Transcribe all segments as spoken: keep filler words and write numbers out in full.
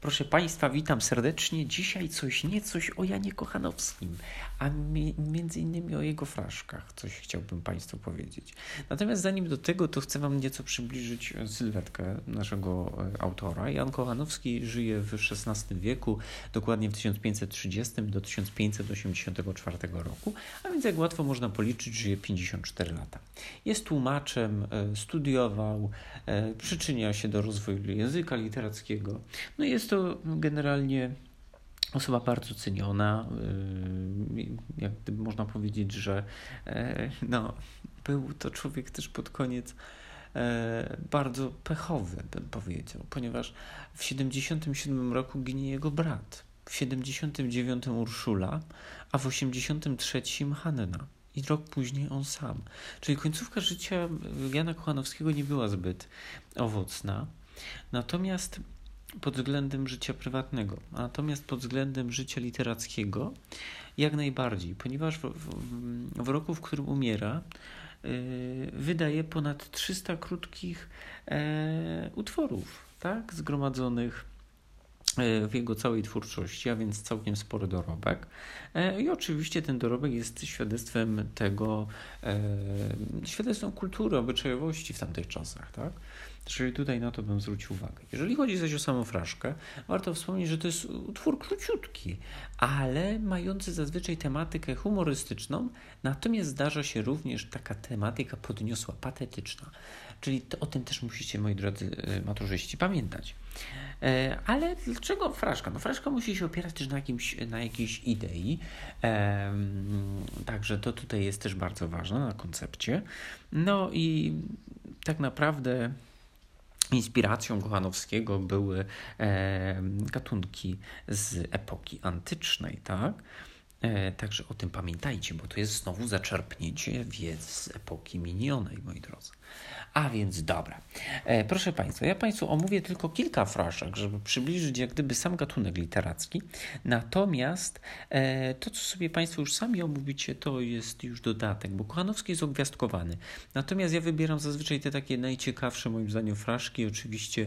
Proszę Państwa, witam serdecznie. Dzisiaj coś niecoś o Janie Kochanowskim, a mi, między innymi o jego fraszkach. Coś chciałbym Państwu powiedzieć. Natomiast zanim do tego, to chcę Wam nieco przybliżyć sylwetkę naszego autora. Jan Kochanowski żyje w szesnastym wieku, dokładnie w tysiąc pięćset trzydziestym do tysiąc pięćset osiemdziesiątego czwartego roku, a więc jak łatwo można policzyć, żyje pięćdziesiąt cztery lata. Jest tłumaczem, studiował, przyczynia się do rozwoju języka literackiego. No jest to generalnie osoba bardzo ceniona. Jak gdyby można powiedzieć, że no, był to człowiek też pod koniec bardzo pechowy, bym powiedział, ponieważ w siedemdziesiątym siódmym roku ginie jego brat, w siedemdziesiątym dziewiątym Urszula, a w osiemdziesiątym trzecim Hanna. I rok później on sam. Czyli końcówka życia Jana Kochanowskiego nie była zbyt owocna. Natomiast pod względem życia prywatnego, natomiast pod względem życia literackiego jak najbardziej, ponieważ w, w, w roku, w którym umiera, yy, wydaje ponad trzysta krótkich e, utworów, tak, zgromadzonych w jego całej twórczości, a więc całkiem spory dorobek. I oczywiście ten dorobek jest świadectwem tego, świadectwem kultury, obyczajowości w tamtych czasach, tak? Czyli tutaj na to bym zwrócił uwagę. Jeżeli chodzi zaś o samą fraszkę, warto wspomnieć, że to jest utwór króciutki, ale mający zazwyczaj tematykę humorystyczną, natomiast zdarza się również taka tematyka podniosła, patetyczna. Czyli to, o tym też musicie, moi drodzy maturzyści, pamiętać. Ale dlaczego fraszka? No fraszka musi się opierać też na, jakimś, na jakiejś idei, ehm, także to tutaj jest też bardzo ważne na koncepcie. No i tak naprawdę inspiracją Kochanowskiego były e, gatunki z epoki antycznej, tak? E, także o tym pamiętajcie, bo to jest znowu zaczerpnięcie wiedzy z epoki minionej, moi drodzy. A więc dobra. E, proszę Państwa, ja Państwu omówię tylko kilka fraszek, żeby przybliżyć jak gdyby sam gatunek literacki. Natomiast e, to, co sobie Państwo już sami omówicie, to jest już dodatek, bo Kochanowski jest ogwiazdkowany. Natomiast ja wybieram zazwyczaj te takie najciekawsze moim zdaniem fraszki, oczywiście,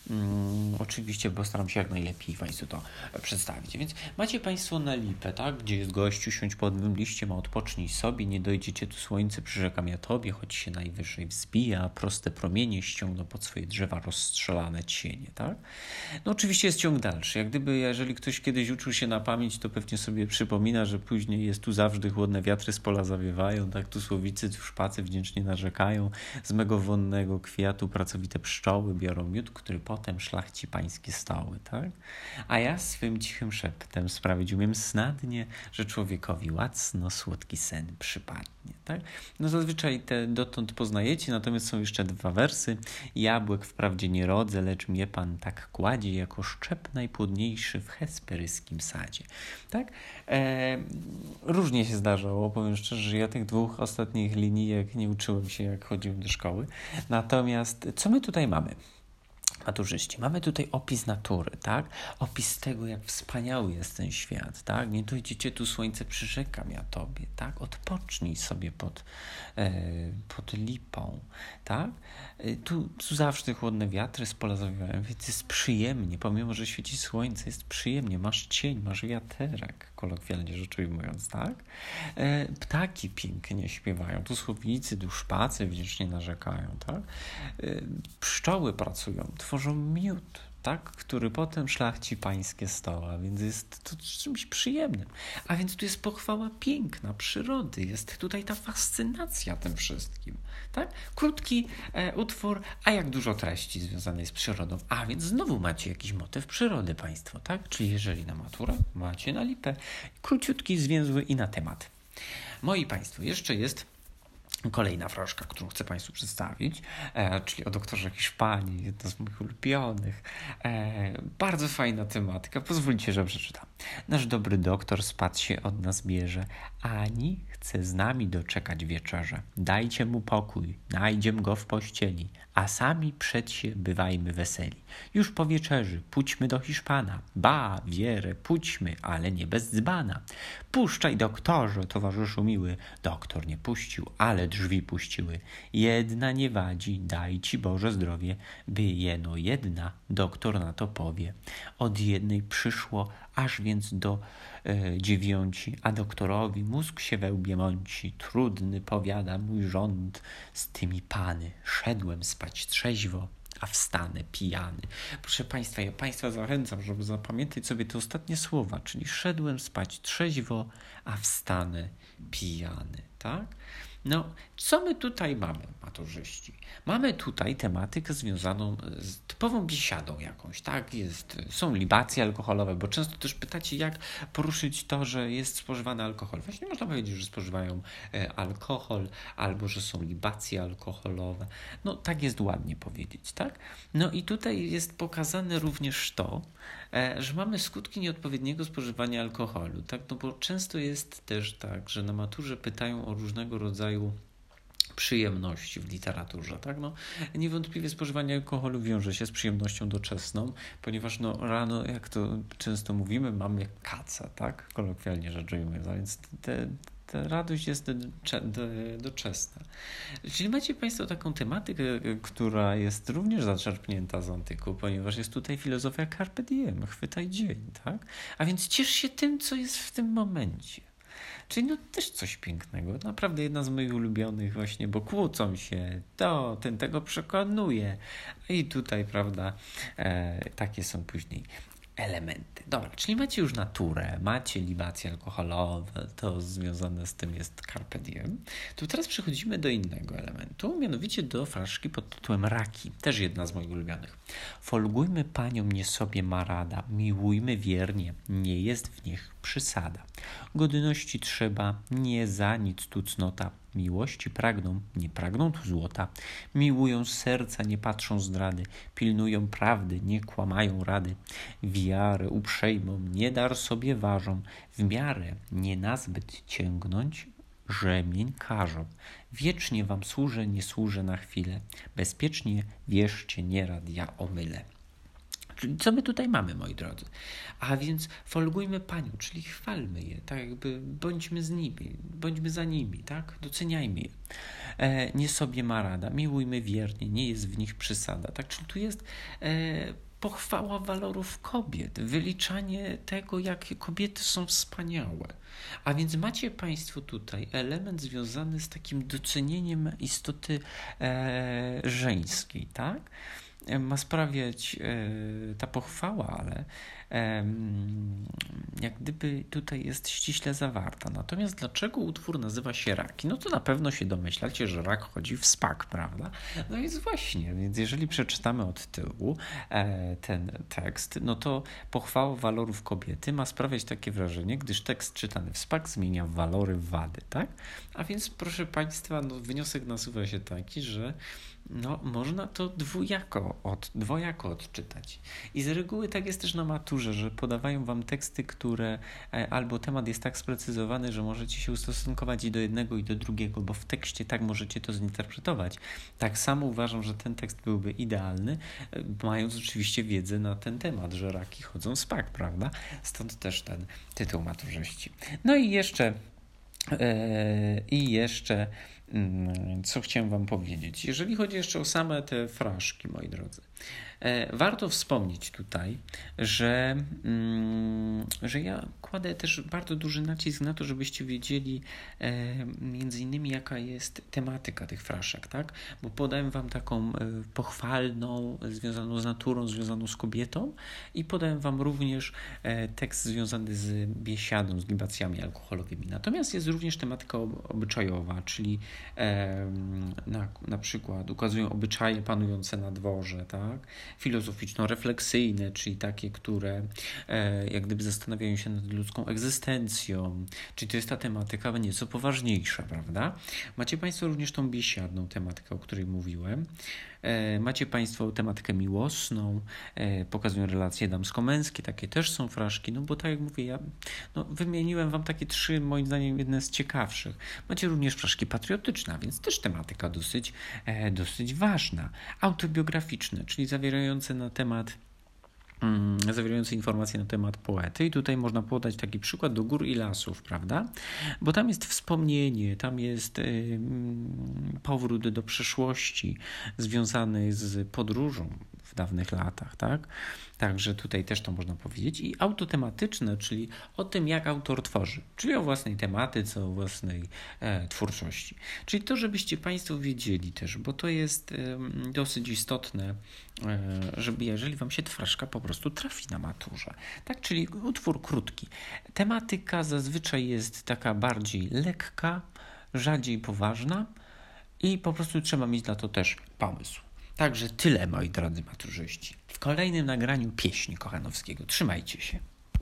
mm, oczywiście, bo staram się jak najlepiej Państwu to przedstawić. Więc macie Państwo na lipę, tak? Gdzie jest gościu, siądź pod owym liściem, a odpocznij sobie, nie dojdziecie tu słońce, przyrzekam ja tobie, choć się najwyżej wzbija, proste promienie ściągną pod swoje drzewa rozstrzelane cienie, tak? No oczywiście jest ciąg dalszy. Jak gdyby, jeżeli ktoś kiedyś uczył się na pamięć, to pewnie sobie przypomina, że później jest tu zawsze chłodne wiatry z pola zawiewają, tak? Tu słowicy, tu szpacy wdzięcznie narzekają, z mego wonnego kwiatu pracowite pszczoły biorą miód, który potem szlachci pańskie stoły, tak? A ja swym cichym szeptem sprawić umiem snadnie, że człowiekowi łacno słodki sen przypadnie, tak? No zazwyczaj te dotąd poznajecie, natomiast są jeszcze dwa wersy. Jabłek wprawdzie nie rodzę, lecz mnie pan tak kładzie, jako szczep najpłodniejszy w hesperyskim sadzie. Tak? E, różnie się zdarzało, powiem szczerze, że ja tych dwóch ostatnich linijek nie uczyłem się, jak chodziłem do szkoły. Natomiast co my tutaj mamy? Maturzyści, mamy tutaj opis natury, tak? Opis tego, jak wspaniały jest ten świat, tak? Nie dojdziecie tu słońce, przyrzekam ja tobie, tak? Odpocznij sobie pod, e, pod lipą, tak? E, tu, tu zawsze chłodne wiatry z pola zawiewają, więc jest przyjemnie, pomimo, że świeci słońce, jest przyjemnie, masz cień, masz wiaterek, kolokwialnie rzecz ujmując, tak? E, ptaki pięknie śpiewają, tu słownicy, tu szpacy wdzięcznie narzekają, tak? E, pszczoły pracują, tworzą miód, tak, który potem szlachci pańskie stoła, więc jest to czymś przyjemnym. A więc tu jest pochwała piękna, przyrody, jest tutaj ta fascynacja tym wszystkim, tak? Krótki e, utwór, a jak dużo treści związanej z przyrodą. A więc znowu macie jakiś motyw przyrody Państwo, tak? Czyli jeżeli na maturę, macie na lipę. Króciutki, zwięzły i na temat. Moi Państwo, jeszcze jest kolejna fraszka, którą chcę Państwu przedstawić, e, czyli o doktorze Hiszpanii, jedna z moich ulubionych. E, bardzo fajna tematyka, pozwólcie, że przeczytam. Nasz dobry doktor spać się od nas bierze, ani chce z nami doczekać wieczerze. Dajcie mu pokój, najdziem go w pościeli, a sami przed się bywajmy weseli. Już po wieczerzy pójdźmy do Hiszpana, ba, wierę, pójdźmy, ale nie bez dzbana. Puszczaj, doktorze, towarzyszu miły. Doktor nie puścił, ale drzwi puściły. Jedna nie wadzi, daj ci Boże zdrowie, by jeno jedna, doktor na to powie. Od jednej przyszło, aż więc do e, dziewiąci, a doktorowi mózg się we łbie mąci. Trudny, powiada, mój rząd z tymi pany. Szedłem spać trzeźwo, a wstanę pijany. Proszę Państwa, ja Państwa zachęcam, żeby zapamiętać sobie te ostatnie słowa, czyli szedłem spać trzeźwo, a wstanę pijany, tak? No, co my tutaj mamy, maturzyści? Mamy tutaj tematykę związaną z typową biesiadą jakąś, tak? Jest, są libacje alkoholowe, bo często też pytacie, jak poruszyć to, że jest spożywany alkohol. Właśnie można powiedzieć, że spożywają e, alkohol, albo że są libacje alkoholowe. No, tak jest ładnie powiedzieć, tak? No i tutaj jest pokazane również to, e, że mamy skutki nieodpowiedniego spożywania alkoholu, tak? No bo często jest też tak, że na maturze pytają o różnego rodzaju przyjemności w literaturze, tak? No, niewątpliwie spożywanie alkoholu wiąże się z przyjemnością doczesną, ponieważ no, rano, jak to często mówimy, mamy kaca, tak? Kolokwialnie rzecz ujmując, a więc te, ta radość jest doczesna. Czyli macie Państwo taką tematykę, która jest również zaczerpnięta z antyku, ponieważ jest tutaj filozofia carpe diem, chwytaj dzień, tak? A więc ciesz się tym, co jest w tym momencie. Czyli no też coś pięknego. Naprawdę jedna z moich ulubionych właśnie, bo kłócą się, to ten tego przekonuje. I tutaj, prawda, e, takie są później elementy. Dobra, czyli macie już naturę, macie libacje alkoholowe, to związane z tym jest carpe diem. To teraz przechodzimy do innego elementu, mianowicie do fraszki pod tytułem Raki. Też jedna z moich ulubionych. Folgujmy paniom, nie sobie ma rada, miłujmy wiernie, nie jest w nich przysada. Godności trzeba, nie za nic tu cnota. Miłości pragną, nie pragną tu złota. Miłują z serca, nie patrzą zdrady. Pilnują prawdy, nie kłamają rady. Wiarę uprzejmą, nie dar sobie ważą. W miarę nie nazbyt ciągnąć, rzemień każą. Wiecznie wam służę, nie służę na chwilę. Bezpiecznie wierzcie, nie rad ja omylę. Czyli co my tutaj mamy, moi drodzy? A więc folgujmy Panią, czyli chwalmy je, tak jakby bądźmy z nimi, bądźmy za nimi, tak? Doceniajmy je. E, nie sobie ma rada, miłujmy wiernie, nie jest w nich przysada, tak? Czyli tu jest e, pochwała walorów kobiet, wyliczanie tego, jak kobiety są wspaniałe. A więc macie Państwo tutaj element związany z takim docenieniem istoty e, żeńskiej, tak? Ma sprawiać e, ta pochwała, ale e, jak gdyby tutaj jest ściśle zawarta. Natomiast dlaczego utwór nazywa się Raki? No to na pewno się domyślacie, że rak chodzi w spak, prawda? No więc właśnie, więc jeżeli przeczytamy od tyłu e, ten tekst, no to pochwała walorów kobiety ma sprawiać takie wrażenie, gdyż tekst czytany w spak zmienia walory w wady, tak? A więc proszę Państwa, no, wniosek nasuwa się taki, że no, można to dwojako, od, dwojako odczytać. I z reguły tak jest też na maturze, że podawają wam teksty, które albo temat jest tak sprecyzowany, że możecie się ustosunkować i do jednego, i do drugiego, bo w tekście tak możecie to zinterpretować. Tak samo uważam, że ten tekst byłby idealny, mając oczywiście wiedzę na ten temat, że raki chodzą spak, prawda? Stąd też ten tytuł maturzyści. No i jeszcze yy, i jeszcze co chciałem wam powiedzieć. Jeżeli chodzi jeszcze o same te fraszki, moi drodzy, warto wspomnieć tutaj, że, że ja kładę też bardzo duży nacisk na to, żebyście wiedzieli między innymi, jaka jest tematyka tych fraszek, tak? Bo podałem wam taką pochwalną, związaną z naturą, związaną z kobietą i podałem wam również tekst związany z biesiadą, z libacjami alkoholowymi. Natomiast jest również tematyka obyczajowa, czyli na, na przykład ukazują obyczaje panujące na dworze, tak? Filozoficzno-refleksyjne, czyli takie, które e, jak gdyby zastanawiają się nad ludzką egzystencją, czyli to jest ta tematyka nieco poważniejsza, prawda? Macie Państwo również tą biesiadną tematykę, o której mówiłem, E, macie Państwo tematykę miłosną, e, pokazują relacje damsko-męskie, takie też są fraszki, no bo tak jak mówię, ja no, wymieniłem Wam takie trzy, moim zdaniem, jedne z ciekawszych. Macie również fraszki patriotyczne, więc też tematyka dosyć, e, dosyć ważna. Autobiograficzne, czyli zawierające na temat zawierające informacje na temat poety i tutaj można podać taki przykład do Gór i Lasów, prawda? Bo tam jest wspomnienie, tam jest y, powrót do przeszłości związany z podróżą w dawnych latach, tak? Także tutaj też to można powiedzieć. I autotematyczne, czyli o tym, jak autor tworzy, czyli o własnej tematyce, o własnej e, twórczości. Czyli to, żebyście Państwo wiedzieli też, bo to jest e, dosyć istotne, e, żeby jeżeli Wam się fraszka po prostu trafi na maturze. Tak, czyli utwór krótki. Tematyka zazwyczaj jest taka bardziej lekka, rzadziej poważna i po prostu trzeba mieć na to też pomysł. Także tyle, moi drodzy maturzyści. W kolejnym nagraniu pieśni Kochanowskiego. Trzymajcie się.